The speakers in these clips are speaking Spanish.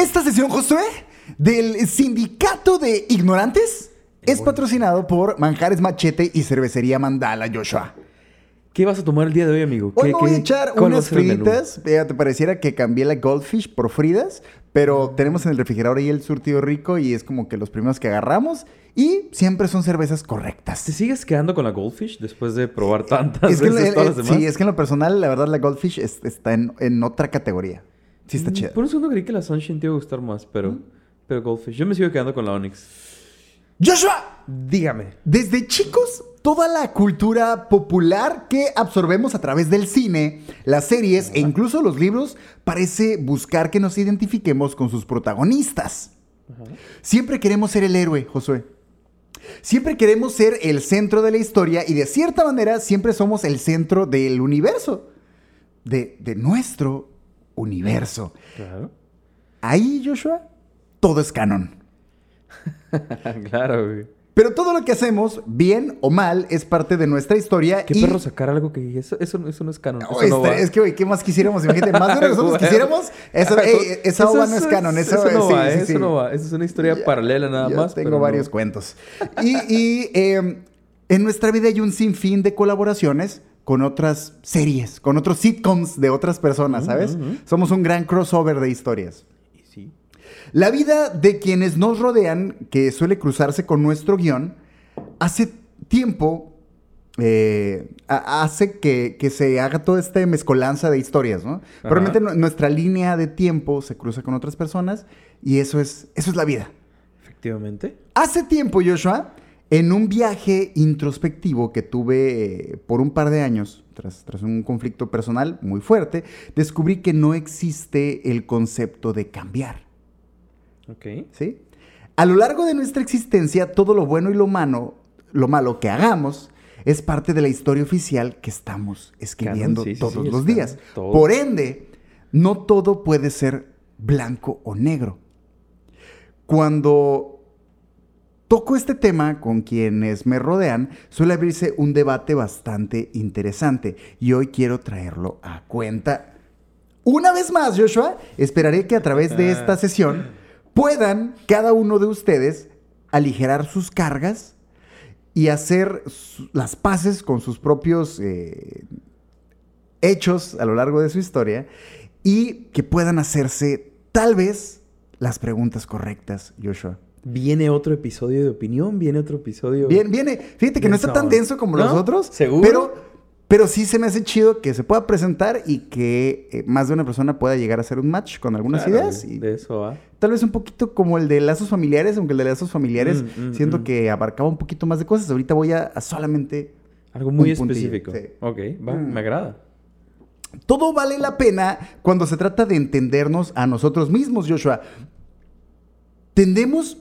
Esta sesión, Josué, del Sindicato de Ignorantes es patrocinado por Manjares Machete y Cervecería Mandala, Joshua. ¿Qué vas a tomar el día de hoy, amigo? Hoy me voy a echar ¿cuál va a unas ser el menú? fritas. Te pareciera que cambié la Goldfish por Fridas, pero tenemos en el refrigerador ahí el surtido rico y es como que los primeros que agarramos y siempre son cervezas correctas. ¿Te sigues quedando con la Goldfish después de probar tantas Es que veces todas las demás? sí, es que en lo personal, la verdad, la Goldfish está en otra categoría. Sí está chida. Por un segundo creí que la Sunshine te iba a gustar más, pero Goldfish. Yo me sigo quedando con la Onyx. Joshua, Dígame. desde chicos, toda la cultura popular que absorbemos a través del cine, las series e incluso los libros parece buscar que nos identifiquemos con sus protagonistas. Siempre queremos ser el héroe, Josué. Siempre queremos ser el centro de la historia y de cierta manera siempre somos el centro del universo. De nuestro universo. Claro. Ahí, Joshua, todo es canon. Claro, güey. Pero todo lo que hacemos, bien o mal, es parte de nuestra historia. ¿Qué perro sacar algo que eso no es canon? No, Eso no va. es que, güey, ¿qué más quisiéramos? Imagínate, más de lo que nosotros Bueno. quisiéramos, esa ova no es canon. Eso no sí, va, sí, eso sí. no va. Eso es una historia paralela nada Yo más. tengo pero varios no. cuentos. En nuestra vida hay un sinfín de colaboraciones con otras series, con otros sitcoms de otras personas, ¿sabes? Somos un gran crossover de historias. Y sí. La vida de quienes nos rodean, que suele cruzarse con nuestro guión, hace tiempo hace que se haga toda esta mezcolanza de historias, ¿no? Probablemente nuestra línea de tiempo se cruza con otras personas y eso es la vida. Efectivamente. Hace tiempo, Joshua, en un viaje introspectivo que tuve por un par de años, tras un conflicto personal muy fuerte, descubrí que no existe el concepto de cambiar. Ok. ¿Sí? A lo largo de nuestra existencia, todo lo bueno y lo malo que hagamos es parte de la historia oficial que estamos escribiendo Canon, sí, todos sí, los es días. canon, todo. Por ende, no todo puede ser blanco o negro. Cuando toco este tema con quienes me rodean, suele abrirse un debate bastante interesante y hoy quiero traerlo a cuenta. Una vez más, Joshua, esperaré que a través de esta sesión puedan cada uno de ustedes aligerar sus cargas y hacer las paces con sus propios hechos a lo largo de su historia y que puedan hacerse tal vez las preguntas correctas, Joshua. Viene otro episodio de opinión, viene otro episodio... Viene. Fíjate que no está tan denso como los otros. ¿Seguro? Pero sí se me hace chido que se pueda presentar y que más de una persona pueda llegar a hacer un match con algunas ideas. Y de eso va. tal vez un poquito como el de lazos familiares, aunque el de lazos familiares siento que abarcaba un poquito más de cosas. Ahorita voy a solamente... Algo muy un puntillo, específico. sí. Ok, va, me agrada. Todo vale la pena cuando se trata de entendernos a nosotros mismos, Joshua. Tendemos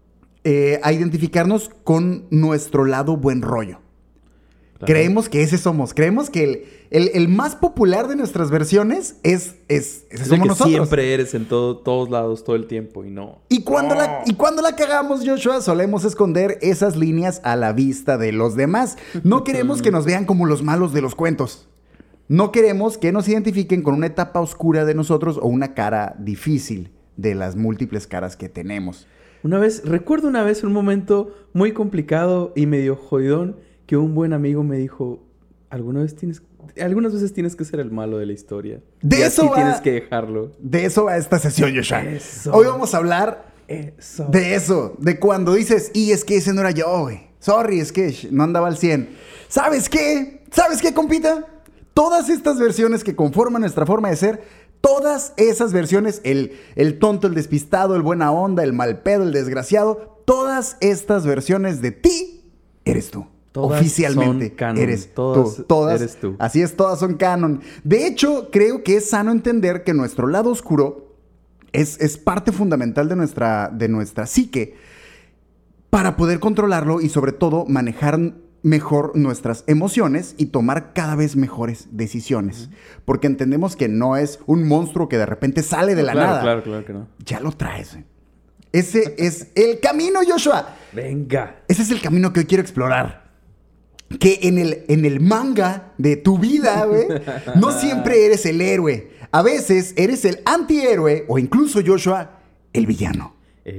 a identificarnos con nuestro lado buen rollo. Claro. Creemos que ese somos. Creemos que el más popular de nuestras versiones es Es somos el que nosotros. siempre eres en todos lados, todo el tiempo y no. Y cuando la cagamos, Joshua, solemos esconder esas líneas a la vista de los demás. No queremos que nos vean como los malos de los cuentos. No queremos que nos identifiquen con una etapa oscura de nosotros o una cara difícil de las múltiples caras que tenemos. Recuerdo una vez un momento muy complicado y medio jodidón que un buen amigo me dijo, algunas veces tienes que ser el malo de la historia. De y eso así va- tienes que dejarlo. De eso va esta sesión, Joshua. Eso. Hoy vamos a hablar Eso. de eso, de cuando dices, y es que ese no era yo, güey. Sorry, es que no andaba al 100. ¿Sabes qué? ¿Sabes qué, compita? Todas estas versiones que conforman nuestra forma de ser, todas esas versiones, el tonto, el despistado, el buena onda, el mal pedo, el desgraciado, todas estas versiones de ti, eres tú. Todas Oficialmente son canon. eres Todas tú. Todas eres tú. Así es, todas son canon. De hecho, creo que es sano entender que nuestro lado oscuro es parte fundamental de nuestra psique para poder controlarlo y sobre todo manejar mejor nuestras emociones y tomar cada vez mejores decisiones. Porque entendemos que no es un monstruo que de repente sale de la nada. Claro que no. Ya lo traes. Ese es el camino, Joshua. Venga. Ese es el camino que hoy quiero explorar. Que en el manga de tu vida, güey, no siempre eres el héroe. A veces eres el antihéroe o incluso, Joshua, el villano.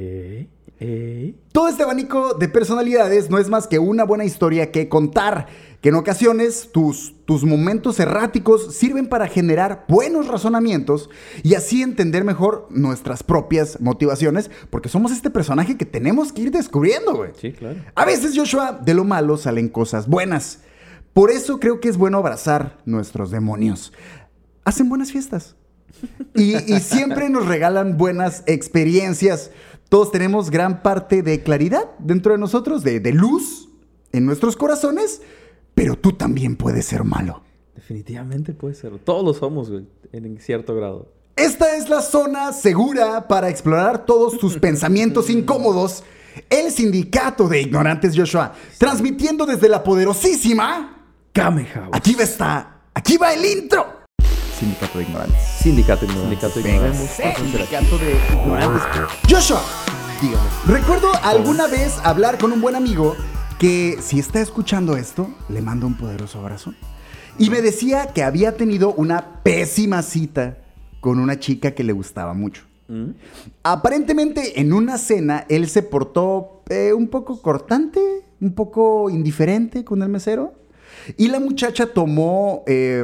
Todo este abanico de personalidades no es más que una buena historia que contar, que en ocasiones tus momentos erráticos sirven para generar buenos razonamientos y así entender mejor nuestras propias motivaciones, porque somos este personaje que tenemos que ir descubriendo, güey. Sí, claro. A veces, Joshua, de lo malo salen cosas buenas. Por eso creo que es bueno abrazar nuestros demonios. Hacen buenas fiestas. Y siempre nos regalan buenas experiencias. Todos tenemos gran parte de claridad dentro de nosotros, de luz en nuestros corazones, pero tú también puedes ser malo. Definitivamente puede ser. Todos lo somos, güey, en cierto grado. Esta es la zona segura para explorar todos tus pensamientos incómodos. El Sindicato de Ignorantes, Joshua, transmitiendo desde la poderosísima Kame House. Aquí va el intro. Sindicato de Ignorantes. Sindicato de Ignorantes. Sindicato de Ignorantes. Joshua, dígame. Recuerdo alguna vez hablar con un buen amigo que, si está escuchando esto, le mando un poderoso abrazo. Y me decía que había tenido una pésima cita con una chica que le gustaba mucho. Aparentemente, en una cena, él se portó un poco cortante, un poco indiferente con el mesero. Y la muchacha tomó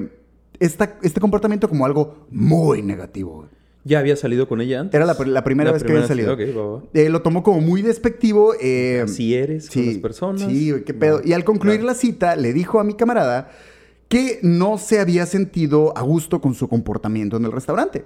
este comportamiento como algo muy negativo. ¿Ya había salido con ella antes? Era la primera vez que había salido. Okay, va. Lo tomó como muy despectivo. Así eres con las personas. Sí, qué pedo. Y al concluir la cita, le dijo a mi camarada que no se había sentido a gusto con su comportamiento en el restaurante.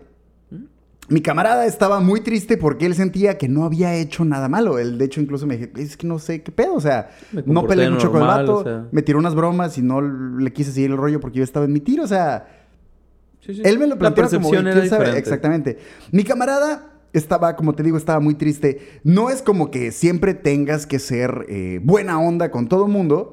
Mi camarada estaba muy triste porque él sentía que no había hecho nada malo. Él, de hecho, incluso me dijo, es que no sé qué pedo. O sea, no peleé mucho con el vato. O sea, me tiró unas bromas y no le quise seguir el rollo porque yo estaba en mi tiro. O sea, sí. Él me lo planteó como... La percepción era diferente. Exactamente. Mi camarada estaba, como te digo, estaba muy triste. No es como que siempre tengas que ser buena onda con todo el mundo.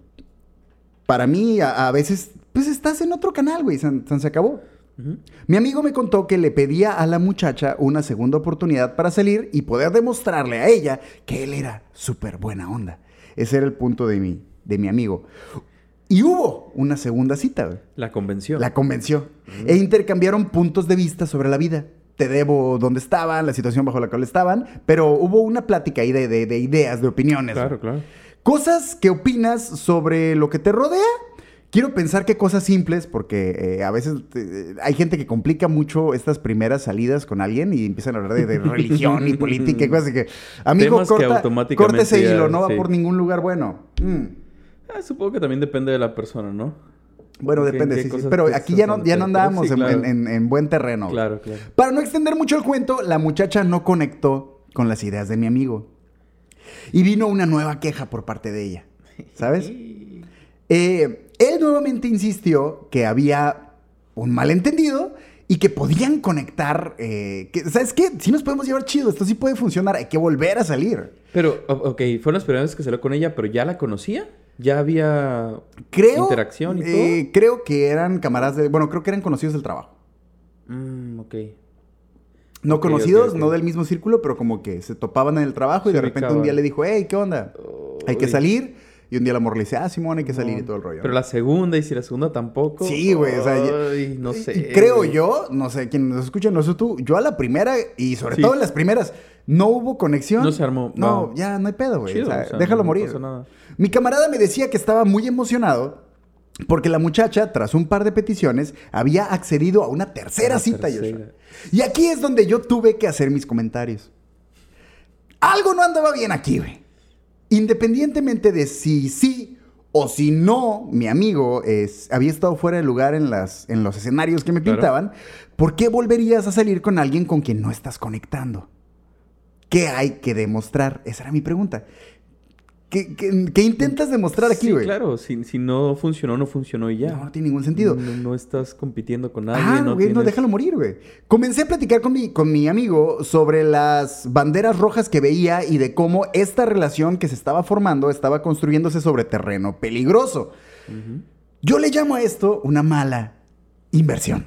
Para mí, a veces, pues estás en otro canal, güey. Se acabó. Mi amigo me contó que le pedía a la muchacha una segunda oportunidad para salir y poder demostrarle a ella que él era súper buena onda. Ese era el punto de mi amigo. Y hubo una segunda cita, güey. La convenció. E intercambiaron puntos de vista sobre la vida. Te debo dónde estaban, la situación bajo la cual estaban, pero hubo una plática ahí de ideas, de opiniones. Claro. Cosas que opinas sobre lo que te rodea. Quiero pensar que cosas simples, porque a veces hay gente que complica mucho estas primeras salidas con alguien y empiezan a hablar de religión y política y cosas que... Amigo, corta ese hilo, no va por ningún lugar bueno. Supongo que también depende de la persona, ¿no? Bueno, depende, sí. Pero aquí ya no andábamos en buen terreno. Claro. Para no extender mucho el cuento, la muchacha no conectó con las ideas de mi amigo. Y vino una nueva queja por parte de ella, ¿sabes? Él nuevamente insistió que había un malentendido y que podían conectar. ¿Sabes qué? Sí nos podemos llevar chido. Esto sí puede funcionar. Hay que volver a salir. Pero, ok, fueron las primeras veces que salió con ella, pero ¿ya la conocía? ¿Ya había interacción y todo? Creo que eran camaradas de... Bueno, creo que eran conocidos del trabajo. Ok. No conocidos, no del mismo círculo, pero como que se topaban en el trabajo y de repente un día le dijo, hey, ¿qué onda? Hay que salir. Y un día el amor le dice, Simón, hay que salir y todo el rollo. Pero la segunda, y si la segunda tampoco. Sí, güey. O sea, no sé. Creo yo, no sé, quien nos escucha, no sé tú, yo a la primera, y sobre todo en las primeras, no hubo conexión. No se armó. No, ya no hay pedo, güey. O sea, déjalo morir. No pasa nada. Mi camarada me decía que estaba muy emocionado porque la muchacha, tras un par de peticiones, había accedido a una tercera cita. Y aquí es donde yo tuve que hacer mis comentarios. Algo no andaba bien aquí, güey. Independientemente de si sí o si no, mi amigo había estado fuera de lugar en los escenarios que me pintaban, ¿por qué volverías a salir con alguien con quien no estás conectando? ¿Qué hay que demostrar? Esa era mi pregunta. ¿Qué intentas demostrar aquí, güey? Sí, claro. Si no funcionó, no funcionó y ya. No tiene ningún sentido. No estás compitiendo con nadie. Güey, no, déjalo morir, güey. Comencé a platicar con mi amigo sobre las banderas rojas que veía y de cómo esta relación que se estaba formando estaba construyéndose sobre terreno peligroso. Yo le llamo a esto una mala inversión.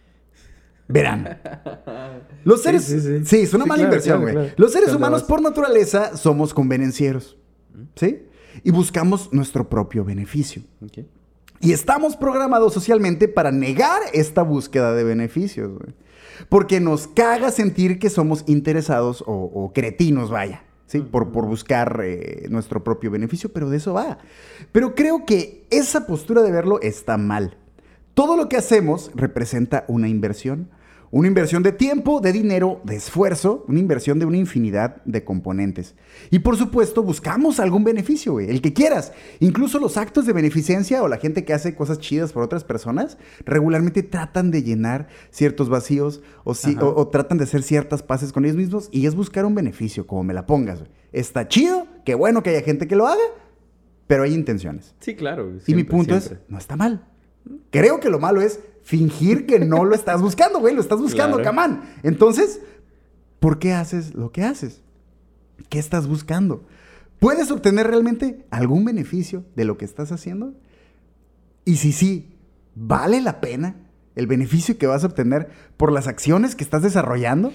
Verán. Los seres... Sí, es una mala inversión, güey. Claro. Los seres humanos, por naturaleza, somos convenencieros. ¿Sí? Y buscamos nuestro propio beneficio. Okay. Y estamos programados socialmente para negar esta búsqueda de beneficios, güey. Porque nos caga sentir que somos interesados o cretinos, vaya. ¿Sí? Por buscar nuestro propio beneficio, pero de eso va. Pero creo que esa postura de verlo está mal. Todo lo que hacemos representa una inversión. Una inversión de tiempo, de dinero, de esfuerzo, una inversión de una infinidad de componentes. Y por supuesto, buscamos algún beneficio, güey, el que quieras. Incluso los actos de beneficencia o la gente que hace cosas chidas por otras personas, regularmente tratan de llenar ciertos vacíos o tratan de hacer ciertas paces con ellos mismos y es buscar un beneficio, como me la pongas, güey. Está chido, qué bueno que haya gente que lo haga, pero hay intenciones. Sí, claro. Siempre, y mi punto es, no está mal. Creo que lo malo es fingir que no lo estás buscando, güey. Lo estás buscando, claro. camán. Entonces, ¿por qué haces lo que haces? ¿Qué estás buscando? ¿Puedes obtener realmente algún beneficio de lo que estás haciendo? Y si sí, ¿vale la pena el beneficio que vas a obtener por las acciones que estás desarrollando?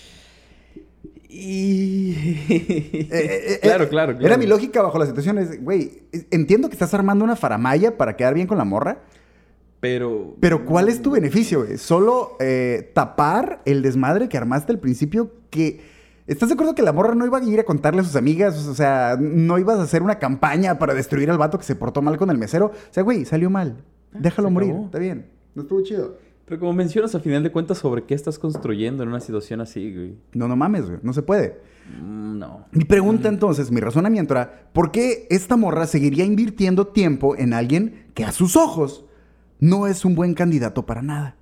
Claro. Era mi lógica bajo la situación. Güey, entiendo que estás armando una faramalla para quedar bien con la morra. Pero ¿cuál es tu beneficio, güey? ¿Solo tapar el desmadre que armaste al principio? ¿Estás de acuerdo que la morra no iba a ir a contarle a sus amigas? O sea, no ibas a hacer una campaña para destruir al vato que se portó mal con el mesero. O sea, güey, salió mal. Déjalo morir. Está bien. No estuvo chido. Pero como mencionas, al final de cuentas, ¿sobre qué estás construyendo en una situación así, güey? No mames, güey. No se puede. No. Mi pregunta entonces, mi razonamiento era, ¿por qué esta morra seguiría invirtiendo tiempo en alguien que a sus ojos no es un buen candidato para nada?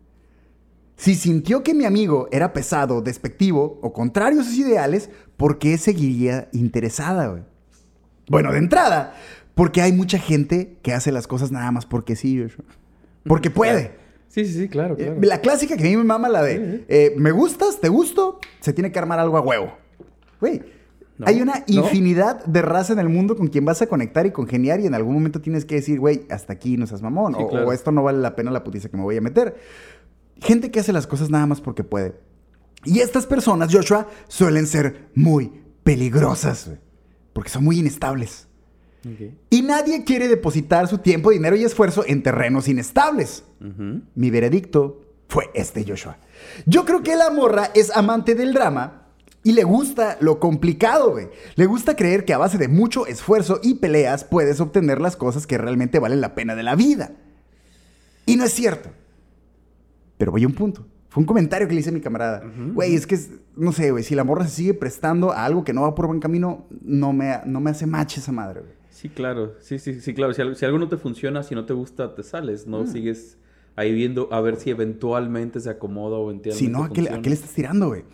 Si sintió que mi amigo era pesado, despectivo o contrario a sus ideales, ¿por qué seguiría interesada, güey? Bueno, de entrada, porque hay mucha gente que hace las cosas nada más porque sí, Joshua. Porque puede. Sí, claro. La clásica que a mí me mama, la de me gustas, te gusto, se tiene que armar algo a huevo. Güey, hay una infinidad de raza en el mundo con quien vas a conectar y congeniar y en algún momento tienes que decir, güey, hasta aquí no seas mamón. Sí, claro. O esto no vale la pena la putiza que me voy a meter. Gente que hace las cosas nada más porque puede. Y estas personas, Joshua, suelen ser muy peligrosas, güey, porque son muy inestables. Okay. Y nadie quiere depositar su tiempo, dinero y esfuerzo en terrenos inestables. Mi veredicto fue este, Joshua. Yo creo que la morra es amante del drama y le gusta lo complicado, güey. Le gusta creer que a base de mucho esfuerzo y peleas puedes obtener las cosas que realmente valen la pena de la vida. Y no es cierto. Pero voy a un punto. Fue un comentario que le hice a mi camarada. Güey, es que, no sé, güey, si la morra se sigue prestando a algo que no va por buen camino, no me hace match esa madre, güey. Sí, claro. Sí, claro. Si algo no te funciona, si no te gusta, te sales. No sigues ahí viendo a ver si eventualmente se acomoda o eventualmente si no, ¿a qué le estás tirando, güey?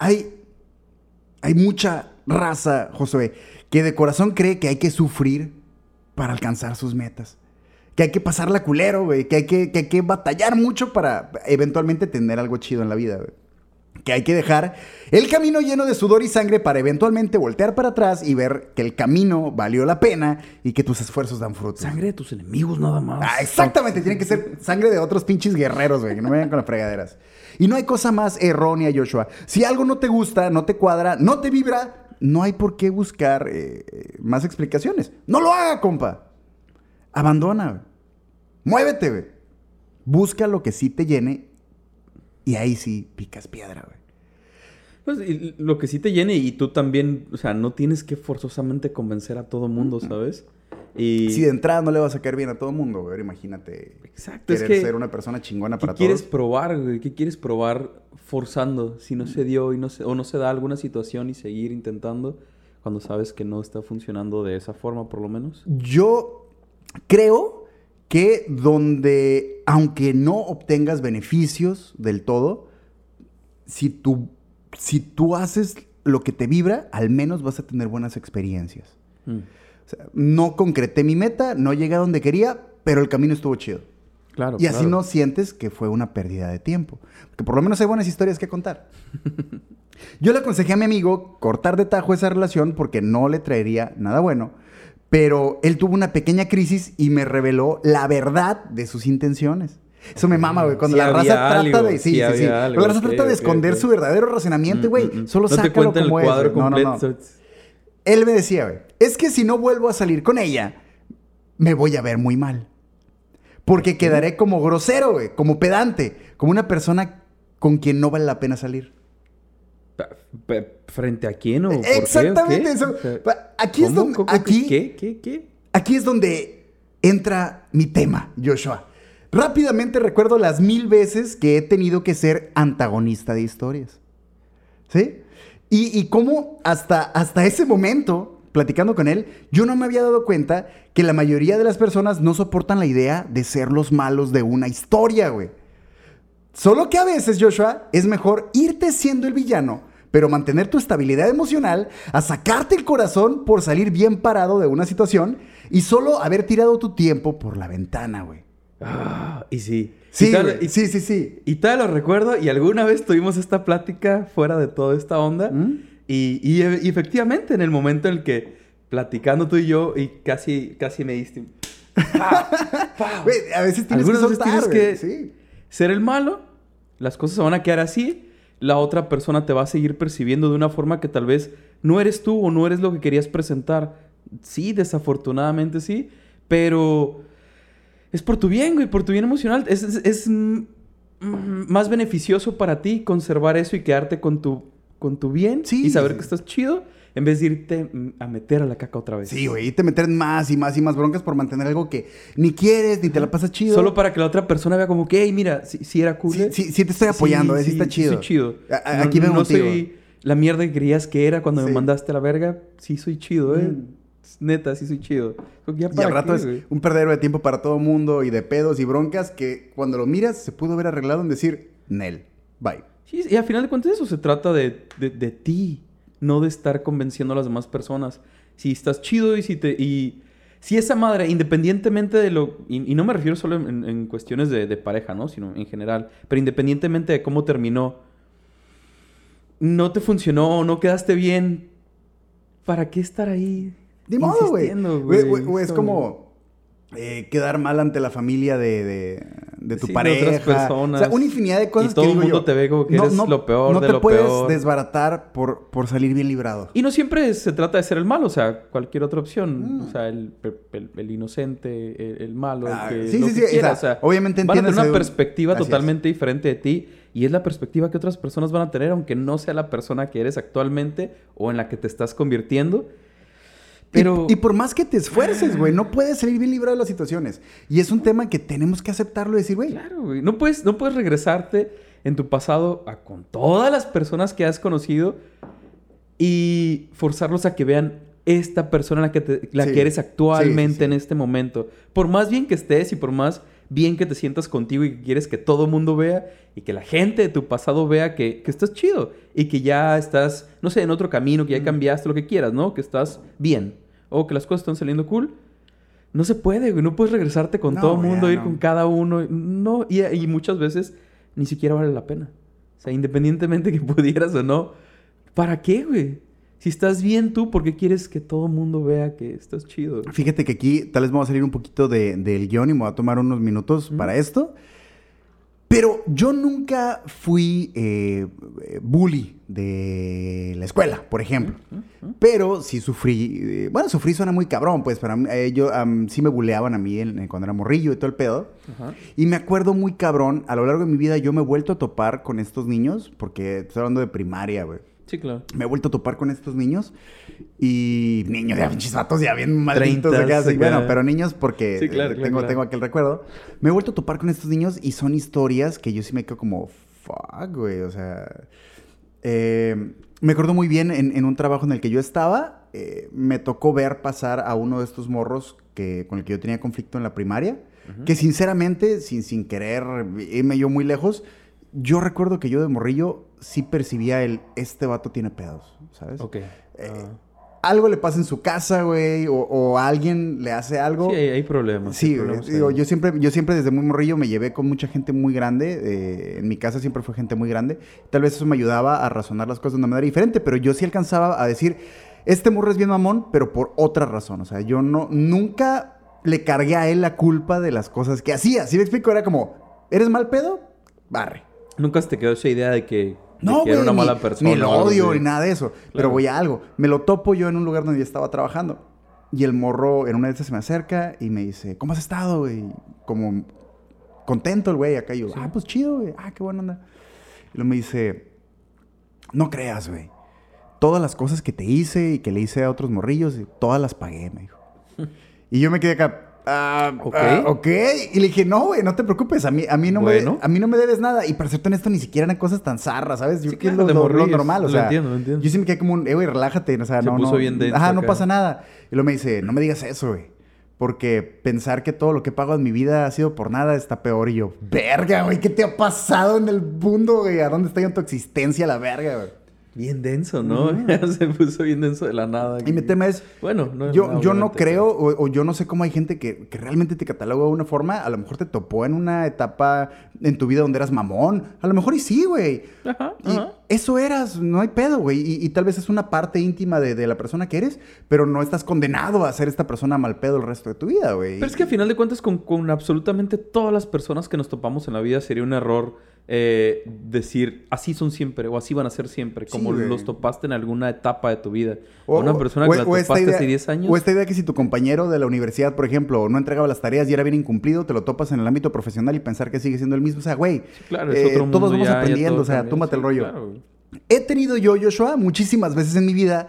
Hay mucha raza, Josué, que de corazón cree que hay que sufrir para alcanzar sus metas. Que hay que pasarla culero, güey. Que hay que batallar mucho para eventualmente tener algo chido en la vida, güey. Que hay que dejar el camino lleno de sudor y sangre para eventualmente voltear para atrás y ver que el camino valió la pena y que tus esfuerzos dan frutos. Sangre de tus enemigos nada más. Exactamente. Tiene que ser sangre de otros pinches guerreros, güey. Que no me vayan con las fregaderas. Y no hay cosa más errónea, Joshua. Si algo no te gusta, no te cuadra, no te vibra, no hay por qué buscar más explicaciones. No lo haga, compa. Abandona, güey. Muévete, güey. Busca lo que sí te llene y ahí sí picas piedra, güey. Pues lo que sí te llene y tú también, o sea, no tienes que forzosamente convencer a todo mundo, ¿sabes? Y si de entrada no le vas a caer bien a todo mundo, güey, imagínate. Exacto, querer ser una persona chingona para todos. ¿Qué quieres probar, güey? ¿Qué quieres probar forzando? Si no se dio o no se da alguna situación y seguir intentando cuando sabes que no está funcionando de esa forma, por lo menos. Yo creo que donde, aunque no obtengas beneficios del todo, si tú haces lo que te vibra, al menos vas a tener buenas experiencias. O sea, no concreté mi meta, no llegué a donde quería, pero el camino estuvo chido. Claro, y así no sientes que fue una pérdida de tiempo. Porque por lo menos hay buenas historias que contar. Yo le aconsejé a mi amigo cortar de tajo esa relación porque no le traería nada bueno. Pero él tuvo una pequeña crisis y me reveló la verdad de sus intenciones. Eso me mama, güey. Cuando la raza trata de... Sí. Cuando la raza trata de esconder su verdadero razonamiento, güey, solo sácalo como es. No. Él me decía, güey, es que si no vuelvo a salir con ella, me voy a ver muy mal. Porque quedaré como grosero, güey, como pedante, como una persona con quien no vale la pena salir. ¿Frente a quién o por Exactamente qué? eso. O sea, Aquí es donde... ¿Qué? Aquí es donde entra mi tema, Joshua. Rápidamente recuerdo las 1000 veces que he tenido que ser antagonista de historias. ¿Sí? Y cómo hasta ese momento, platicando con él, yo no me había dado cuenta que la mayoría de las personas no soportan la idea de ser los malos de una historia, güey. Solo que a veces, Joshua, es mejor irte siendo el villano, pero mantener tu estabilidad emocional, a sacarte el corazón por salir bien parado de una situación y solo haber tirado tu tiempo por la ventana, güey. Y sí. Sí, sí. Y todavía lo recuerdo y alguna vez tuvimos esta plática fuera de toda esta onda. Y efectivamente, en el momento en el que platicando tú y yo y casi me diste... Güey, a veces tienes que soltar, sí. Ser el malo, las cosas se van a quedar así, la otra persona te va a seguir percibiendo de una forma que tal vez no eres tú o no eres lo que querías presentar. Sí, desafortunadamente sí, pero es por tu bien, güey, por tu bien emocional. Es más beneficioso para ti conservar eso y quedarte con tu bien y saber que estás chido, en vez de irte a meter a la caca otra vez. Sí, güey, y te meter en más y más y más broncas por mantener algo que ni quieres, ni te la pasas chido. Solo para que la otra persona vea como que, hey, mira, sí era cool. Sí te estoy apoyando, sí está chido. Sí soy chido. Aquí vengo contigo. No soy la mierda que creías que era cuando me mandaste a la verga. Sí soy chido, Neta, sí soy chido. Y al rato es un perdedero de tiempo para todo mundo y de pedos y broncas que cuando lo miras se pudo haber arreglado en decir, Nel, bye. Sí, y al final de cuentas eso se trata de ti. No de estar convenciendo a las demás personas. Si estás chido y si esa madre, independientemente de lo... Y no me refiero solo en cuestiones de pareja, ¿no? Sino en general. Pero independientemente de cómo terminó, no te funcionó, no quedaste bien, ¿para qué estar ahí? De modo, güey. Es como quedar mal ante la familia de tu pareja. De otras personas. O sea, una infinidad de cosas y todo el mundo te ve como que eres lo peor de lo peor. No te puedes desbaratar por salir bien librado. Y no siempre se trata de ser el malo. O sea, cualquier otra opción. O sea, el inocente, el malo, el que quiera. O sea, obviamente van a tener una perspectiva Así totalmente diferente de ti. Y es la perspectiva que otras personas van a tener, aunque no sea la persona que eres actualmente o en la que te estás convirtiendo. Pero... Y por más que te esfuerces, güey, no puedes salir bien librado de las situaciones. Y es un tema que tenemos que aceptarlo y decir, güey. Claro, güey. No puedes regresarte en tu pasado con todas las personas que has conocido y forzarlos a que vean esta persona la que eres actualmente en este momento. Por más bien que estés y por más bien que te sientas contigo y que quieres que todo el mundo vea y que la gente de tu pasado vea que estás chido y que ya estás, no sé, en otro camino, que ya cambiaste, lo que quieras, ¿no? Que estás bien o que las cosas están saliendo cool. No se puede, güey. No puedes regresarte con todo el mundo, ir con cada uno. No, y muchas veces ni siquiera vale la pena. O sea, independientemente que pudieras o no, ¿para qué, güey? Si estás bien tú, ¿por qué quieres que todo el mundo vea que estás chido? Fíjate que aquí tal vez vamos a salir un poquito del guión y me voy a tomar unos minutos para esto. Pero yo nunca fui bully de la escuela, por ejemplo. Pero sí sufrí... sufrí suena muy cabrón, pues. Pero sí me buleaban a mí cuando era morrillo y todo el pedo. Y me acuerdo muy cabrón, a lo largo de mi vida yo me he vuelto a topar con estos niños. Porque estoy hablando de primaria, güey. Sí, claro. Me he vuelto a topar con estos niños. Y niños, ya pinches vatos, ya bien malditos. Así. Bueno, pero niños porque tengo aquel recuerdo. Me he vuelto a topar con estos niños y son historias que yo sí me quedo como... Fuck, güey. O sea... me acuerdo muy bien en un trabajo en el que yo estaba. Me tocó ver pasar a uno de estos morros con el que yo tenía conflicto en la primaria. Que sinceramente, sin querer irme yo muy lejos... Yo recuerdo que yo de morrillo sí percibía este vato tiene pedos, ¿sabes? Ok. Algo le pasa en su casa, güey, o alguien le hace algo. Sí, hay problemas. Sí, digo, yo siempre desde muy morrillo me llevé con mucha gente muy grande. En mi casa siempre fue gente muy grande. Tal vez eso me ayudaba a razonar las cosas de una manera diferente, pero yo sí alcanzaba a decir, este morro es bien mamón, pero por otra razón. O sea, yo nunca le cargué a él la culpa de las cosas que hacía. ¿Sí me explico? Era como, ¿eres mal pedo? Barre. Nunca se te quedó esa idea de que No, que era una mala persona. Ni lo odio, ni nada de eso. Claro. Pero voy a algo. Me lo topo yo en un lugar donde yo estaba trabajando. Y el morro en una de estas se me acerca y me dice, ¿cómo has estado, güey? Como contento el güey acá. Y yo, pues chido, güey. Qué buena onda. Y luego me dice, no creas, güey. Todas las cosas que te hice y que le hice a otros morrillos, todas las pagué, me dijo. Y yo me quedé acá, ok. Y le dije, no, güey, no te preocupes. A mí no me debes nada. Y para serte honesto, ni siquiera eran cosas tan zarras, ¿sabes? Yo creo que es lo normal. O sea, lo entiendo. Yo sí me quedé como güey, relájate. O sea, Se puso bien denso no acá. pasa nada. Y luego me dice, no me digas eso, güey. Porque pensar que todo lo que he pagado en mi vida ha sido por nada está peor. Y yo, verga, güey, ¿qué te ha pasado en el mundo, güey? ¿A dónde está en tu existencia la verga, güey? Bien denso, ¿no? Se puso bien denso de la nada. Y mi tema es... Bueno, yo no creo, o yo no sé cómo hay gente que realmente te cataloga de una forma. A lo mejor te topó en una etapa en tu vida donde eras mamón. A lo mejor y sí, güey. Ajá. Eso eras, no hay pedo, güey. Y tal vez es una parte íntima de la persona que eres, pero no estás condenado a ser esta persona mal pedo el resto de tu vida, güey. Pero es que a final de cuentas con absolutamente todas las personas que nos topamos en la vida sería un error decir así son siempre o así van a ser siempre, como sí, los topaste en alguna etapa de tu vida. O una persona que la topaste hace 10 años. O esta idea que si tu compañero de la universidad, por ejemplo, no entregaba las tareas y era bien incumplido, te lo topas en el ámbito profesional y pensar que sigue siendo el mismo. O sea, güey, sí, claro, es otro mundo, todos vamos aprendiendo, todo o sea, cambia. túmbate el rollo. Claro. He tenido yo, Joshua, muchísimas veces en mi vida...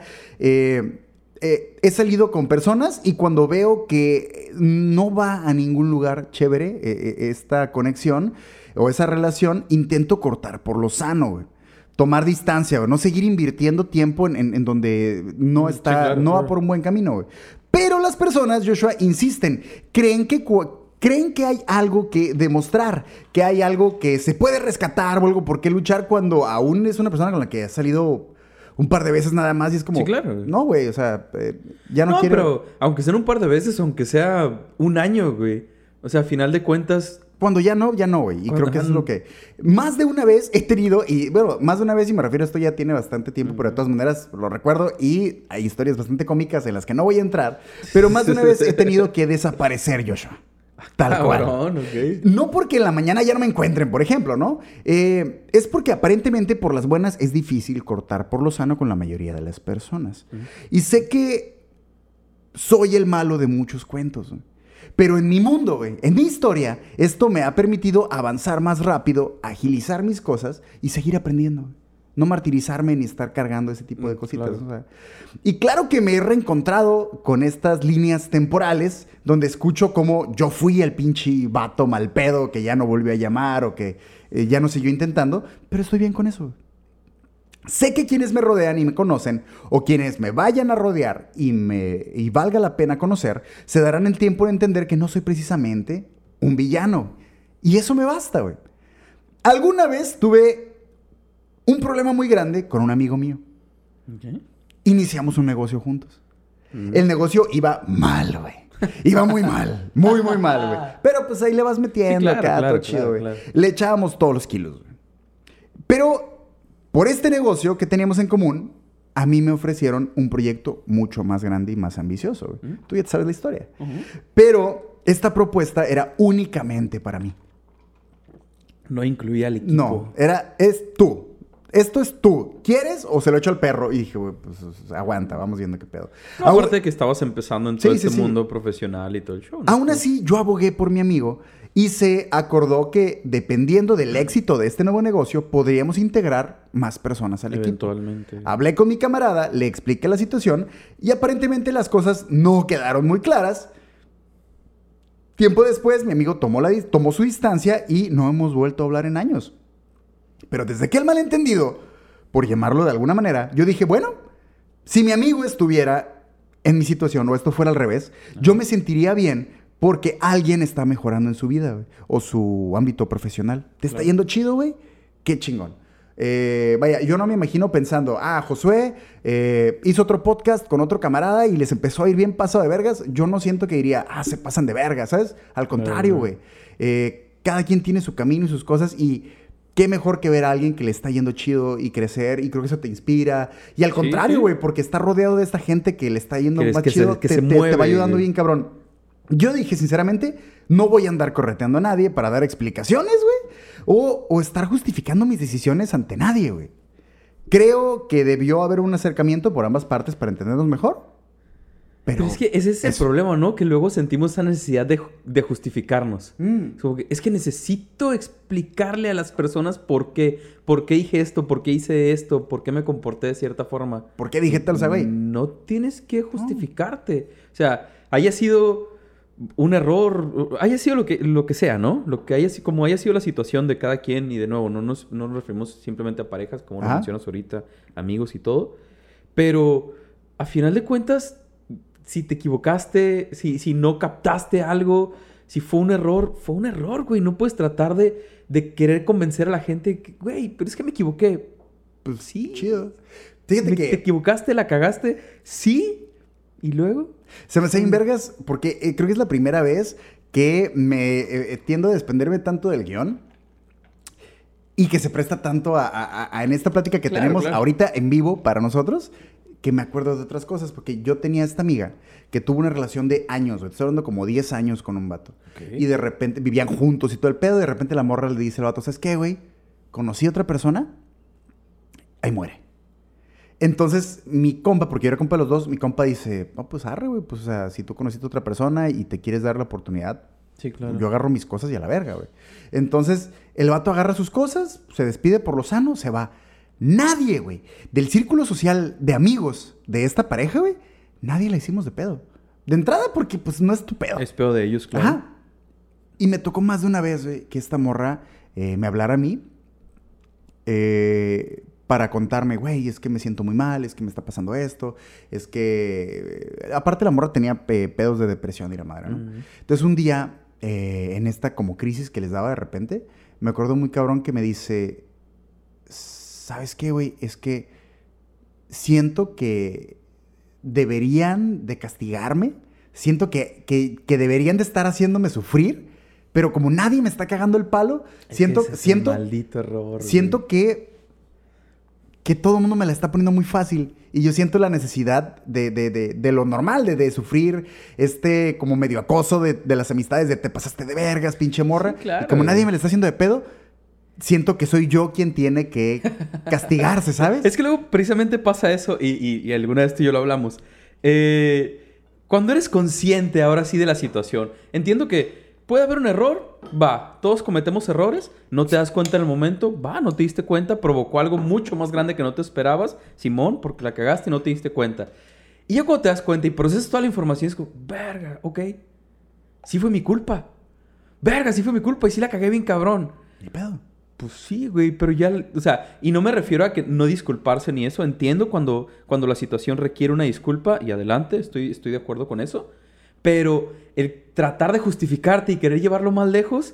he salido con personas y cuando veo que no va a ningún lugar chévere esta conexión o esa relación, intento cortar por lo sano, güey. Tomar distancia, güey. No seguir invirtiendo tiempo en donde no está, sí, claro, va por un buen camino, güey. Pero las personas, Joshua, insisten. Creen que hay algo que demostrar, que hay algo que se puede rescatar o algo por qué luchar cuando aún es una persona con la que has salido un par de veces nada más y es como... Sí, claro. No, güey, o sea, ya no quiero... pero aunque sean un par de veces, aunque sea un año, güey. O sea, a final de cuentas... Cuando ya no, güey. Y creo que eso es lo que... Más de una vez he tenido... Y bueno, más de una vez, y me refiero a esto ya tiene bastante tiempo, pero de todas maneras lo recuerdo. Y hay historias bastante cómicas en las que no voy a entrar. Pero más de una vez he tenido que desaparecer, Joshua. Tal cual. Okay. No porque en la mañana ya no me encuentren, por ejemplo, ¿no? Es porque aparentemente por las buenas es difícil cortar por lo sano con la mayoría de las personas. Y sé que soy el malo de muchos cuentos, ¿no? Pero en mi mundo, güey, en mi historia, esto me ha permitido avanzar más rápido, agilizar mis cosas y seguir aprendiendo, güey. No martirizarme ni estar cargando ese tipo de cositas. Claro. O sea. Y claro que me he reencontrado con estas líneas temporales donde escucho como yo fui el pinche vato mal pedo que ya no volvió a llamar o que ya no siguió intentando, pero estoy bien con eso. Sé que quienes me rodean y me conocen, o quienes me vayan a rodear y valga la pena conocer, se darán el tiempo de entender que no soy precisamente un villano. Y eso me basta, güey. Alguna vez tuve un problema muy grande con un amigo mío. Okay. Iniciamos un negocio juntos. El negocio iba mal, güey. Iba muy mal. Muy, muy mal, güey. Pero pues ahí le vas metiendo acá, todo chido, güey. Claro. Le echábamos todos los kilos, güey. Pero por este negocio que teníamos en común, a mí me ofrecieron un proyecto mucho más grande y más ambicioso, güey. Tú ya te sabes la historia. Pero esta propuesta era únicamente para mí. No incluía al equipo. No, es tú. Esto es tú. ¿Quieres o se lo echo al perro? Y dije, güey, pues aguanta, vamos viendo qué pedo. No, aparte de que estabas empezando en todo mundo profesional y todo el show, ¿no? Aún así, yo abogué por mi amigo y se acordó que dependiendo del éxito de este nuevo negocio, podríamos integrar más personas al equipo. Eventualmente. Hablé con mi camarada, le expliqué la situación y aparentemente las cosas no quedaron muy claras. Tiempo después, mi amigo tomó su distancia y no hemos vuelto a hablar en años. Pero desde aquel malentendido, por llamarlo de alguna manera, yo dije, bueno, si mi amigo estuviera en mi situación o esto fuera al revés, yo me sentiría bien porque alguien está mejorando en su vida, güey, o su ámbito profesional. ¿Te está yendo chido, güey? Qué chingón. Vaya, yo no me imagino pensando, Josué hizo otro podcast con otro camarada y les empezó a ir bien pasado de vergas. Yo no siento que diría, se pasan de vergas, ¿sabes? Al contrario, güey. Cada quien tiene su camino y sus cosas y qué mejor que ver a alguien que le está yendo chido y crecer, y creo que eso te inspira. Y al contrario, güey, porque está rodeado de esta gente que le está yendo más chido, te va ayudando bien, cabrón. Yo dije, sinceramente, no voy a andar correteando a nadie para dar explicaciones, güey, o estar justificando mis decisiones ante nadie, güey. Creo que debió haber un acercamiento por ambas partes para entendernos mejor. Pero es que ese es el problema, ¿no? Que luego sentimos esa necesidad de justificarnos. Es que necesito explicarle a las personas por qué dije esto, por qué hice esto, por qué me comporté de cierta forma. ¿Por qué dije tal, güey? No tienes que justificarte. O sea, haya sido un error, haya sido lo que sea, ¿no? Como haya sido la situación de cada quien, y de nuevo, no nos referimos simplemente a parejas, como lo mencionas ahorita, amigos y todo. Pero a final de cuentas, si te equivocaste, si no captaste algo, si fue un error, güey. No puedes tratar de querer convencer a la gente que, güey, pero es que me equivoqué. Pues sí. Chido. Fíjate que... ¿Te equivocaste? ¿La cagaste? Sí. ¿Y luego? Se me hace en vergas porque creo que es la primera vez que me tiendo a desprenderme tanto del guión y que se presta tanto en esta plática que tenemos ahorita en vivo para nosotros, que me acuerdo de otras cosas, porque yo tenía esta amiga que tuvo una relación de años, güey. Estoy hablando como 10 años con un vato. Okay. Y de repente vivían juntos y todo el pedo, y de repente la morra le dice al vato, ¿sabes qué, güey? Conocí a otra persona, ahí muere. Entonces, mi compa, porque yo era compa de los dos, mi compa dice, no, pues arre, güey, pues o sea, si tú conociste a otra persona y te quieres dar la oportunidad, sí, claro, yo agarro mis cosas y a la verga, güey. Entonces, el vato agarra sus cosas, se despide por lo sano, se va. Nadie, güey, del círculo social de amigos de esta pareja, güey, nadie la hicimos de pedo. De entrada, porque pues no es tu pedo. Es pedo de ellos, claro. Ajá. Y me tocó más de una vez, güey, que esta morra me hablara a mí para contarme, güey, es que me siento muy mal, es que me está pasando esto, es que... aparte la morra tenía pedos de depresión y la madre, ¿no? Entonces un día, en esta como crisis que les daba de repente, me acuerdo muy cabrón que me dice... ¿Sabes qué, güey? Es que siento que deberían de castigarme. Siento que deberían de estar haciéndome sufrir. Pero como nadie me está cagando el palo, siento maldito error. Siento que todo el mundo me la está poniendo muy fácil. Y yo siento la necesidad de lo normal, de sufrir como medio acoso de las amistades, de te pasaste de vergas, pinche morra. Sí, claro. Y como nadie me la está haciendo de pedo, siento que soy yo quien tiene que castigarse, ¿sabes? Es que luego precisamente pasa eso, y alguna vez tú y yo lo hablamos. Cuando eres consciente ahora sí de la situación, entiendo que puede haber un error, va, todos cometemos errores, no te das cuenta en el momento, va, no te diste cuenta, provocó algo mucho más grande que no te esperabas, Simón, porque la cagaste y no te diste cuenta. Y ya cuando te das cuenta y procesas toda la información, es como, verga, ok, sí fue mi culpa. Verga, sí fue mi culpa y sí la cagué bien cabrón. ¿Qué pedo? Pues sí, güey, pero ya... O sea, y no me refiero a que no disculparse ni eso. Entiendo cuando la situación requiere una disculpa y adelante, estoy de acuerdo con eso. Pero el tratar de justificarte y querer llevarlo más lejos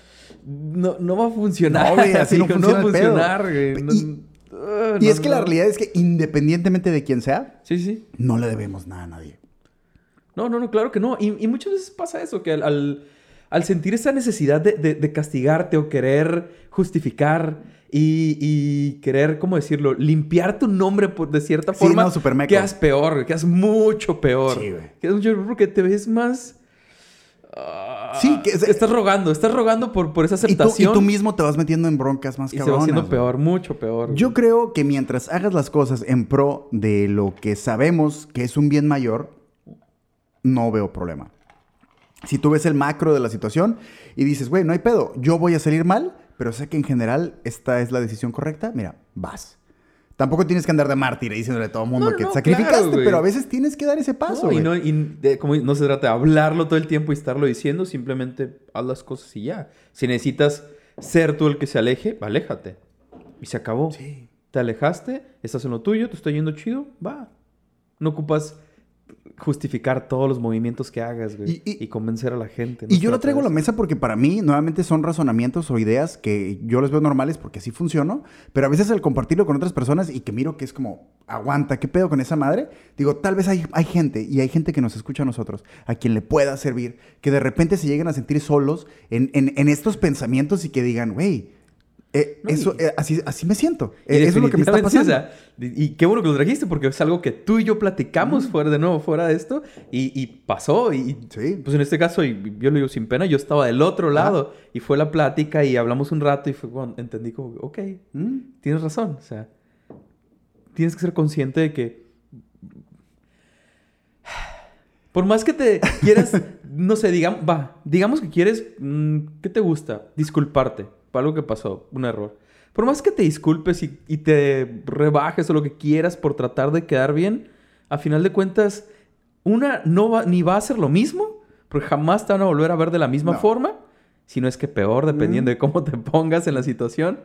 no va a funcionar. No, güey, así no funciona, no va a funcionar, güey. Y es que la realidad es que independientemente de quién sea, sí, no le debemos nada a nadie. No, claro que no. Y muchas veces pasa eso, que al sentir esa necesidad de castigarte o querer justificar y querer, ¿cómo decirlo? Limpiar tu nombre de cierta forma. Sí, no, super meco. Quedas peor, quedas mucho peor. Sí, güey. Quedas mucho peor porque te ves más... sí, que estás rogando por esa aceptación. Y tú mismo te vas metiendo en broncas más cabronas. Y se va haciendo peor, mucho peor. Yo creo que mientras hagas las cosas en pro de lo que sabemos que es un bien mayor, no veo problema. Si tú ves el macro de la situación y dices, güey, no hay pedo, yo voy a salir mal, pero sé que en general esta es la decisión correcta, mira, vas. Tampoco tienes que andar de mártir y diciéndole a todo el mundo que te sacrificaste, claro, pero a veces tienes que dar ese paso, güey. Como no se trata de hablarlo todo el tiempo y estarlo diciendo, simplemente haz las cosas y ya. Si necesitas ser tú el que se aleje, aléjate. Y se acabó. Sí. Te alejaste, estás en lo tuyo, te está yendo chido, va. No ocupas justificar todos los movimientos que hagas, güey. Y convencer a la gente. Y yo lo traigo a la mesa porque para mí, nuevamente, son razonamientos o ideas que yo les veo normales porque así funciono. Pero a veces al compartirlo con otras personas y que miro que es como, aguanta, ¿qué pedo con esa madre? Digo, tal vez hay gente, y hay gente que nos escucha a nosotros, a quien le pueda servir, que de repente se lleguen a sentir solos en estos pensamientos y que digan, güey, así me siento. Eso es lo que me está pasando. O sea, y qué bueno que lo trajiste porque es algo que tú y yo platicamos fuera de esto y pasó. Y sí. Pues en este caso, y yo lo digo sin pena, yo estaba del otro lado y fue la plática y hablamos un rato y fue cuando entendí como, ok, tienes razón. O sea, tienes que ser consciente de que Por más que te quieras, no sé, digamos que quieres, ¿qué te gusta? Disculparte por algo que pasó, un error. Por más que te disculpes y te rebajes o lo que quieras por tratar de quedar bien, a final de cuentas, ni va a ser lo mismo, porque jamás te van a volver a ver de la misma forma, si no es que peor, dependiendo de cómo te pongas en la situación.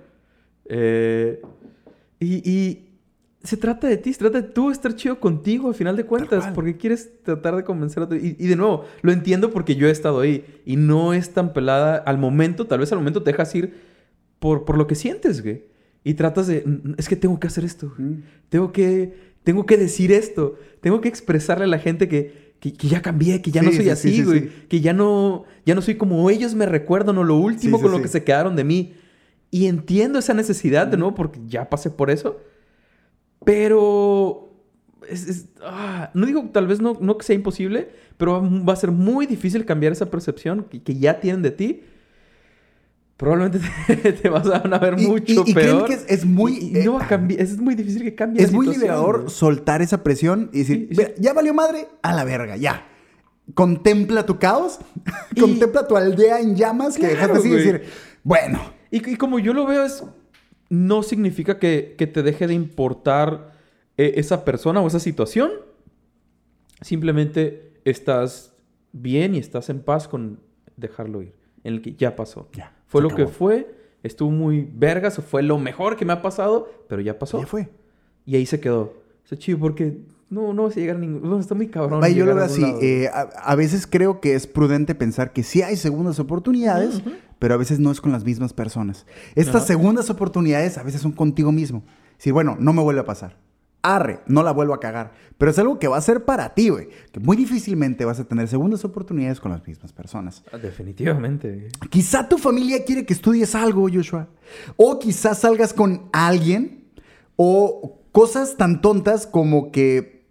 Y se trata de ti, se trata de tú estar chido contigo, al final de cuentas, porque quieres tratar de convencer a otro. Y de nuevo, lo entiendo porque yo he estado ahí y no es tan pelada al momento, tal vez al momento te dejas ir por lo que sientes, güey. Y tratas de, es que tengo que hacer esto, tengo que decir esto, tengo que expresarle a la gente que ya cambié, que ya no soy así, güey. Que ya no soy como ellos me recuerdan o lo último con lo que se quedaron de mí. Y entiendo esa necesidad de nuevo porque ya pasé por eso. Pero no digo tal vez no que sea imposible, pero va a ser muy difícil cambiar esa percepción que ya tienen de ti. Probablemente te vas a ver mucho peor. Creen que es muy... no va a cambiar. Es muy difícil que cambie Es muy liberador soltar esa presión y decir, ya valió madre, a la verga, ya. Contempla tu caos, contempla tu aldea en llamas, que dejaste así y decir, bueno. Y como yo lo veo no significa que te deje de importar esa persona o esa situación. Simplemente estás bien y estás en paz con dejarlo ir. En el que ya pasó. Ya, fue lo que fue. Estuvo muy vergas o fue lo mejor que me ha pasado. Pero ya pasó. Ya fue. Y ahí se quedó. Está chido porque no vas a llegar a ningún... Bueno, está muy cabrón. Yo lo veo así. A veces creo que es prudente pensar que sí hay segundas oportunidades, pero a veces no es con las mismas personas. Estas segundas oportunidades a veces son contigo mismo. Decir, bueno, no me vuelve a pasar. Arre, no la vuelvo a cagar. Pero es algo que va a ser para ti, güey. Que muy difícilmente vas a tener segundas oportunidades con las mismas personas. Definitivamente. Quizá tu familia quiere que estudies algo, Joshua. O quizás salgas con alguien. O cosas tan tontas como que...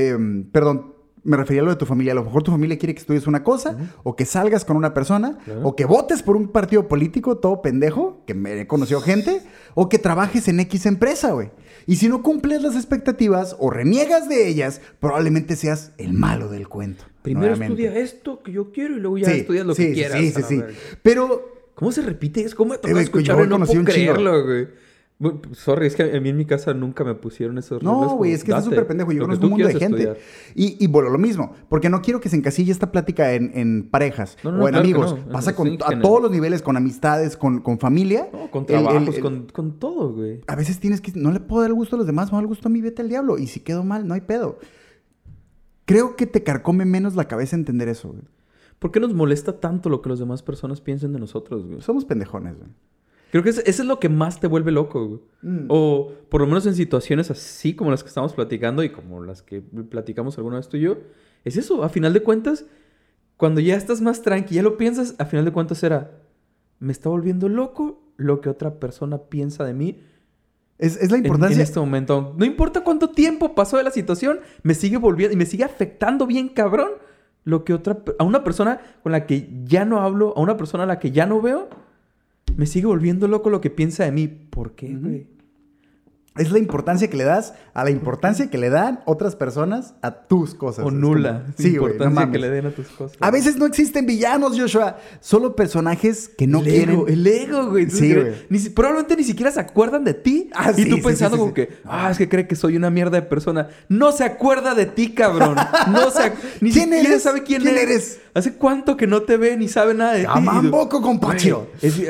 me refería a lo de tu familia. A lo mejor tu familia quiere que estudies una cosa, o que salgas con una persona, o que votes por un partido político todo pendejo, que me he conocido gente, o que trabajes en X empresa, güey. Y si no cumples las expectativas o reniegas de ellas, probablemente seas el malo del cuento. Primero estudia esto que yo quiero y luego ya estudias lo que quieras. Sí. Pero... ¿Cómo se repite? ¿Cómo me tocó escucharlo? No puedo creerlo, güey. Sorry, es que a mí en mi casa nunca me pusieron esos roles. No, güey, es que es súper pendejo. Yo conozco un mundo de gente. Y bueno, lo mismo. Porque no quiero que se encasille esta plática en parejas o en amigos. Pasa a todos los niveles, con amistades, con familia. No, con trabajos, con todo, güey. A veces tienes que... No le puedo dar el gusto a los demás, me da el gusto a mí, vete al diablo. Y si quedo mal, no hay pedo. Creo que te carcome menos la cabeza entender eso, güey. ¿Por qué nos molesta tanto lo que las demás personas piensen de nosotros, güey? Somos pendejones, güey. Creo que eso es lo que más te vuelve loco, güey. O por lo menos en situaciones así como las que estamos platicando y como las que platicamos alguna vez tú y yo. Es eso, a final de cuentas, cuando ya estás más tranqui, ya lo piensas, a final de cuentas me está volviendo loco lo que otra persona piensa de mí. Es la importancia. En este momento. No importa cuánto tiempo pasó de la situación, me sigue volviendo y me sigue afectando bien cabrón lo que a una persona con la que ya no hablo, a una persona a la que ya no veo, me sigue volviendo loco lo que piensa de mí. ¿Por qué, güey? Es la importancia que le das a la importancia que le dan otras personas a tus cosas. O nula. Sí, importancia que le den a tus cosas. A veces no existen villanos, Joshua. Solo personajes que no quieren... El ego, güey. Sí, güey. Probablemente ni siquiera se acuerdan de ti. Y tú pensando como que... es que cree que soy una mierda de persona. No se acuerda de ti, cabrón. Ni siquiera sabe quién eres. ¿Hace cuánto que no te ve ni sabe nada de ti? Amamboco, compacho.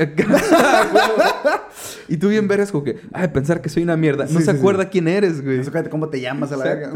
Y tú bien vergas como que... pensar que soy una mierda. No se acuerda quién eres, güey. Acuérdate cómo te llamas a la verga.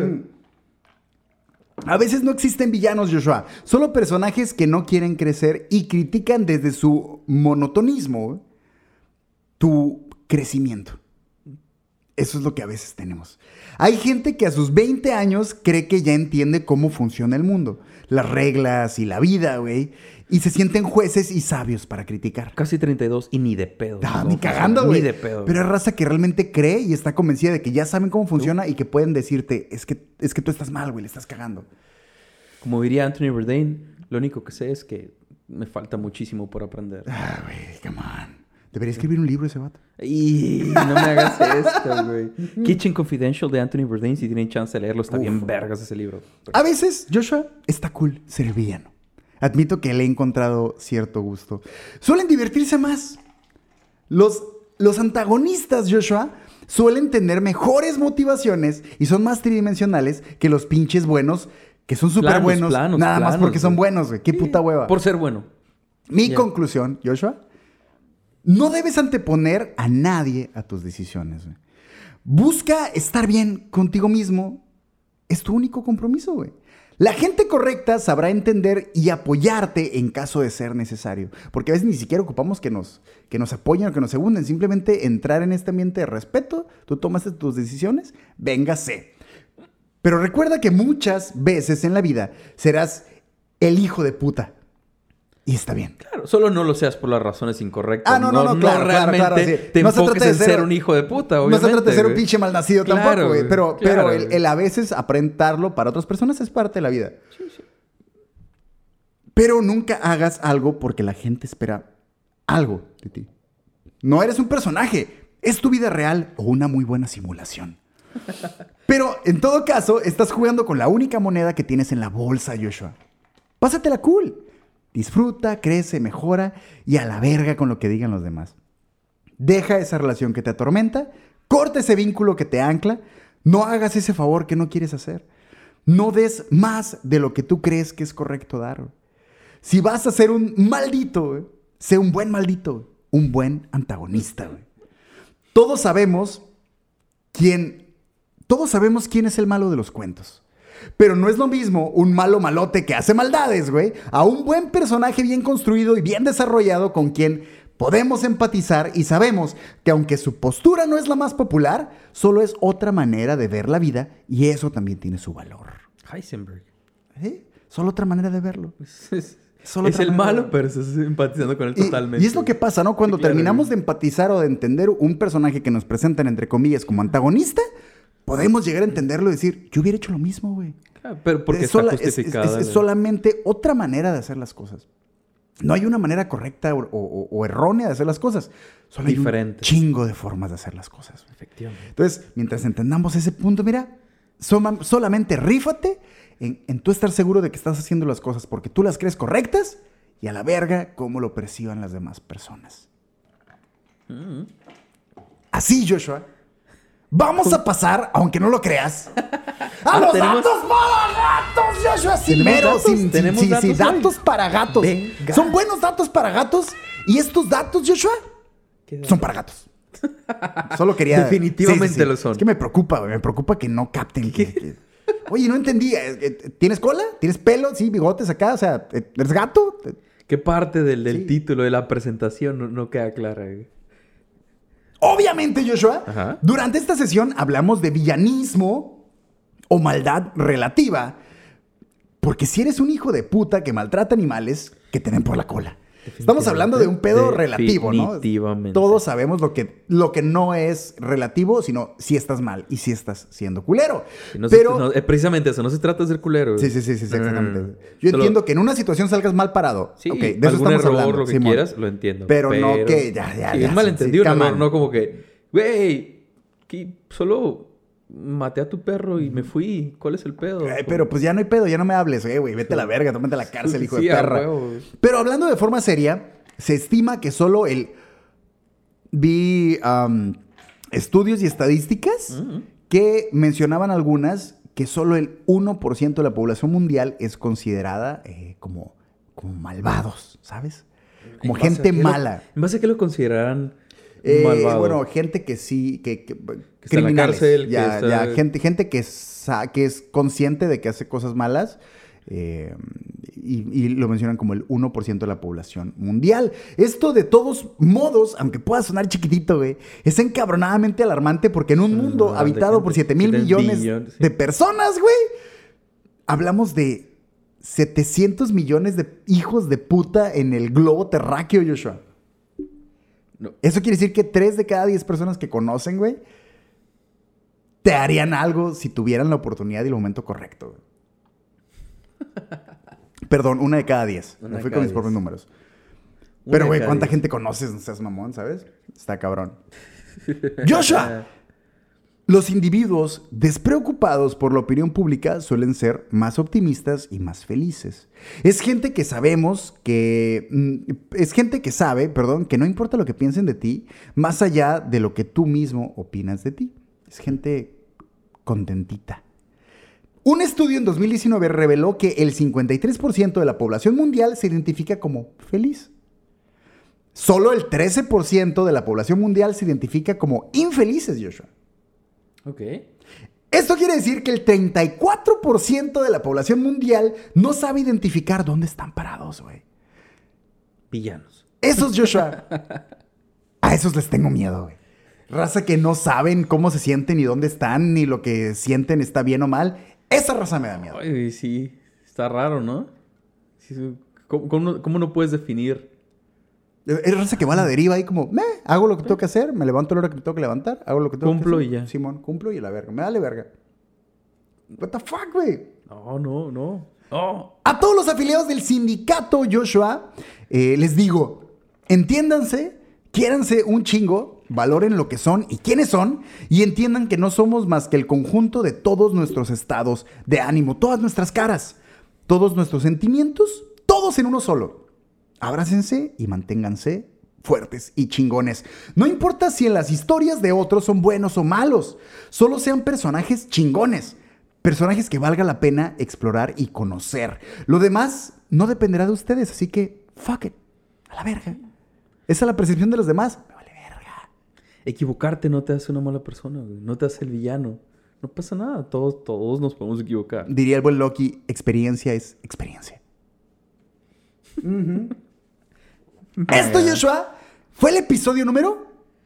A veces no existen villanos, Joshua. Solo personajes que no quieren crecer y critican desde su monotonismo tu crecimiento. Eso es lo que a veces tenemos. Hay gente que a sus 20 años cree que ya entiende cómo funciona el mundo, las reglas y la vida, güey. Y se sienten jueces y sabios para criticar. Casi 32 y ni de pedo. Ni cagando, güey. Ni de pedo. Pero es raza que realmente cree y está convencida de que ya saben cómo funciona y que pueden decirte, es que tú estás mal, güey, le estás cagando. Como diría Anthony Bourdain, lo único que sé es que me falta muchísimo por aprender. Güey, come on. Debería escribir un libro ese vato. Y no me hagas esto, güey. Kitchen Confidential de Anthony Bourdain. Si tienen chance de leerlo, está bien vergas ese libro. A veces, Joshua, está cool ser el villano. Admito que le he encontrado cierto gusto. Suelen divertirse más. Los antagonistas, Joshua, suelen tener mejores motivaciones y son más tridimensionales que los pinches buenos, que son súper buenos. Nada más porque son buenos, güey. Qué puta hueva. Por ser bueno. Mi conclusión, Joshua, no debes anteponer a nadie a tus decisiones, güey. Busca estar bien contigo mismo. Es tu único compromiso, güey. La gente correcta sabrá entender y apoyarte en caso de ser necesario. Porque a veces ni siquiera ocupamos que nos apoyen o que nos segundan. Simplemente entrar en este ambiente de respeto. Tú tomaste tus decisiones, véngase. Pero recuerda que muchas veces en la vida serás el hijo de puta. Y está bien. Claro, solo no lo seas por las razones incorrectas. No, claro, realmente sí. te enfoques en ser un hijo de puta, obviamente. No se trata de ser un pinche malnacido tampoco, güey. Pero güey. el a veces aparentarlo para otras personas es parte de la vida. Sí. Pero nunca hagas algo porque la gente espera algo de ti. No eres un personaje. Es tu vida real o una muy buena simulación. Pero en todo caso, estás jugando con la única moneda que tienes en la bolsa, Joshua. Pásatela cool. Disfruta, crece, mejora y a la verga con lo que digan los demás. Deja esa relación que te atormenta, corta ese vínculo que te ancla, no hagas ese favor que no quieres hacer. No des más de lo que tú crees que es correcto dar. Si vas a ser un maldito, sé un buen maldito, un buen antagonista. Todos sabemos quién es el malo de los cuentos. Pero no es lo mismo un malo malote que hace maldades, güey, a un buen personaje bien construido y bien desarrollado con quien podemos empatizar y sabemos que aunque su postura no es la más popular, solo es otra manera de ver la vida y eso también tiene su valor. Heisenberg. Solo otra manera de verlo. Es el malo, pero estás empatizando con él totalmente. Y es lo que pasa, ¿no? Cuando terminamos de empatizar o de entender un personaje que nos presentan, entre comillas, como antagonista, podemos llegar a entenderlo y decir, yo hubiera hecho lo mismo, güey. Pero porque está justificada. Es solamente otra manera de hacer las cosas. No hay una manera correcta o errónea de hacer las cosas. Solo hay un chingo de formas de hacer las cosas. Efectivamente. Entonces, mientras entendamos ese punto, mira, solamente rífate en tú estar seguro de que estás haciendo las cosas porque tú las crees correctas y a la verga cómo lo perciban las demás personas. Así, Joshua. Vamos a pasar, aunque no lo creas, a los datos para gatos, Joshua. ¿Tenemos datos para gatos. Venga. Son buenos datos para gatos. Y estos datos, Joshua, son para gatos. Solo quería... Definitivamente lo son. Es que me preocupa, güey. Me preocupa que no capten. Oye, no entendí. ¿Tienes cola? ¿Tienes pelo? Sí, bigotes acá. O sea, ¿eres gato? ¿Qué parte del título de la presentación no queda clara, güey? Obviamente, Joshua, durante esta sesión hablamos de villanismo o maldad relativa. Porque si eres un hijo de puta que maltrata animales, que te den por la cola. Estamos hablando de un pedo relativo, ¿no? Definitivamente. Todos sabemos lo que no es relativo, sino si estás mal y si estás siendo culero. Pero precisamente eso, no se trata de ser culero. Sí, exactamente. Yo entiendo que en una situación salgas mal parado. Sí, de eso estamos hablando. Lo que quieras, lo entiendo. Pero no que ya. Es malentendido, no como que, güey, solo maté a tu perro y me fui. ¿Cuál es el pedo? Pero pues ya no hay pedo, ya no me hables, güey. Vete a la verga, tómate a la cárcel, hijo de perra. Pero hablando de forma seria, se estima que solo vi estudios y estadísticas que mencionaban algunas que solo el 1% de la población mundial es considerada como malvados, ¿sabes? Como gente mala. ¿En base a qué lo considerarán malvado? Bueno, gente que sí, que está en la cárcel, gente que es consciente de que hace cosas malas y lo mencionan como el 1% de la población mundial. Esto de todos modos, aunque pueda sonar chiquitito, güey, es encabronadamente alarmante porque en un mundo habitado por 7,000 millones de personas, güey, hablamos de 700 millones de hijos de puta en el globo terráqueo, Joshua. No. Eso quiere decir que 3 de cada 10 personas que conocen, güey, te harían algo si tuvieran la oportunidad y el momento correcto. Perdón, 1 de cada 10. Me fui con mis propios números. Pero, güey, ¿cuánta gente conoces? No seas mamón, ¿sabes? Está cabrón. Joshua. Los individuos despreocupados por la opinión pública suelen ser más optimistas y más felices. Es gente que sabe, que no importa lo que piensen de ti, más allá de lo que tú mismo opinas de ti. Es gente contentita. Un estudio en 2019 reveló que el 53% de la población mundial se identifica como feliz. Solo el 13% de la población mundial se identifica como infelices, Joshua. Ok. Esto quiere decir que el 34% de la población mundial no sabe identificar dónde están parados, güey. Villanos. Esos, Joshua, a esos les tengo miedo, güey. Raza que no saben cómo se sienten, ni dónde están, ni lo que sienten está bien o mal. Esa raza me da miedo. Ay, sí. Está raro, ¿no? ¿Cómo no puedes definir? Es raza que va a la deriva y como, hago lo que tengo que hacer, me levanto a la hora que me tengo que levantar, hago lo que tengo que hacer. Cumplo y ya. Simón, cumplo y a la verga. Me vale verga. What the fuck, güey. No. Oh. A todos los afiliados del sindicato, Joshua, les digo, entiéndanse, quiéranse un chingo, valoren lo que son y quiénes son, y entiendan que no somos más que el conjunto de todos nuestros estados de ánimo, todas nuestras caras, todos nuestros sentimientos, todos en uno solo. Abrácense y manténganse fuertes y chingones. No importa si en las historias de otros son buenos o malos, solo sean personajes chingones. Personajes que valga la pena explorar y conocer. Lo demás no dependerá de ustedes, así que fuck it, a la verga. Esa es la percepción de los demás. Me vale verga. Equivocarte no te hace una mala persona, güey. No te hace el villano. No pasa nada, todos nos podemos equivocar. Diría el buen Loki, experiencia es experiencia. Esto, Joshua, fue el episodio número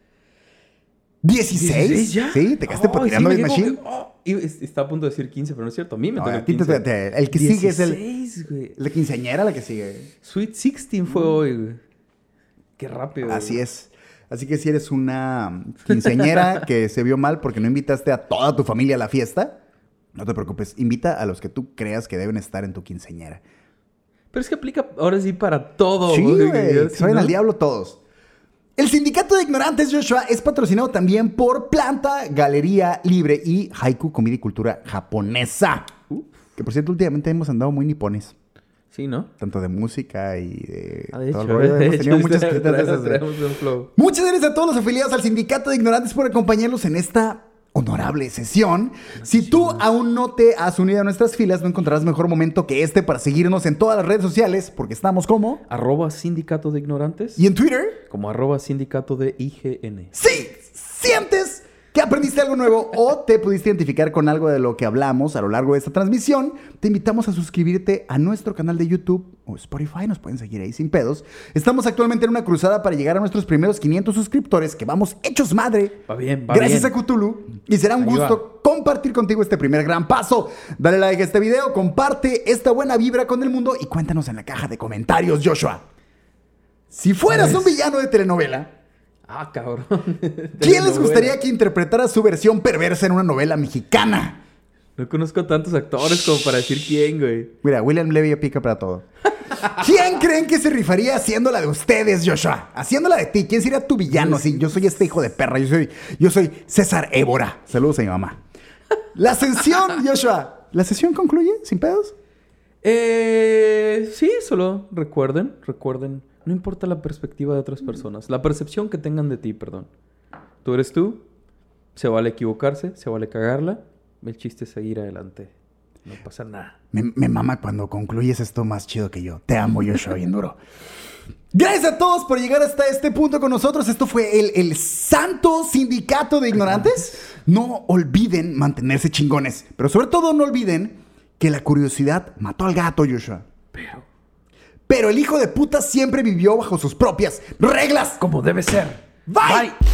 16. ¿Ya? Sí, te quedaste patinando Beat Machine. Está a punto de decir 15, pero no es cierto. A mí me toca 15. El que 16, sigue es güey. La quinceañera, la que sigue. Sweet 16 fue hoy, güey. Qué rápido. Así es. Así que si eres una quinceañera que se vio mal porque no invitaste a toda tu familia a la fiesta, no te preocupes. Invita a los que tú creas que deben estar en tu quinceañera. Pero es que aplica ahora sí para todo. Sí, güey. Se vayan al diablo todos. El Sindicato de Ignorantes, Joshua, es patrocinado también por Planta, Galería Libre y Haiku, Comida y Cultura Japonesa. Que, por cierto, últimamente hemos andado muy nipones. Sí, ¿no? Tanto de música y de todo el rollo. Hemos tenido muchas cositas de esas. Muchas gracias a todos los afiliados al Sindicato de Ignorantes por acompañarnos en esta honorable sesión. Si tú aún no te has unido a nuestras filas, no encontrarás mejor momento que este para seguirnos en todas las redes sociales, porque estamos como @Sindicato de Ignorantes. Y en Twitter como @Sindicato de IGN. Sí, sientes que aprendiste algo nuevo o te pudiste identificar con algo de lo que hablamos a lo largo de esta transmisión, te invitamos a suscribirte a nuestro canal de YouTube o Spotify. Nos pueden seguir ahí sin pedos. Estamos actualmente en una cruzada para llegar a nuestros primeros 500 suscriptores, que vamos hechos madre. Va bien. Gracias a Cthulhu. Y será un gusto compartir contigo este primer gran paso. Dale like a este video, comparte esta buena vibra con el mundo y cuéntanos en la caja de comentarios, Joshua. Si fueras un villano de telenovela... cabrón. ¿Quién les gustaría que interpretara su versión perversa en una novela mexicana? No conozco tantos actores como para decir quién, güey. Mira, William Levy aplica para todo. ¿Quién creen que se rifaría haciendo la de ustedes, Joshua? Haciéndola de ti. ¿Quién sería tu villano? Sí, yo soy este hijo de perra. Yo soy César Évora. Saludos a mi mamá. La sesión, Joshua. ¿La sesión concluye sin pedos? Sí, solo recuerden. No importa la perspectiva de otras personas. La percepción que tengan de ti, perdón. Tú eres tú. Se vale equivocarse. Se vale cagarla. El chiste es seguir adelante. No pasa nada. Me mama cuando concluyes esto más chido que yo. Te amo, Joshua, bien duro. Gracias a todos por llegar hasta este punto con nosotros. Esto fue el Santo Sindicato de Ignorantes. No olviden mantenerse chingones. Pero sobre todo no olviden que la curiosidad mató al gato, Joshua. Pero el hijo de puta siempre vivió bajo sus propias reglas. Como debe ser. Bye.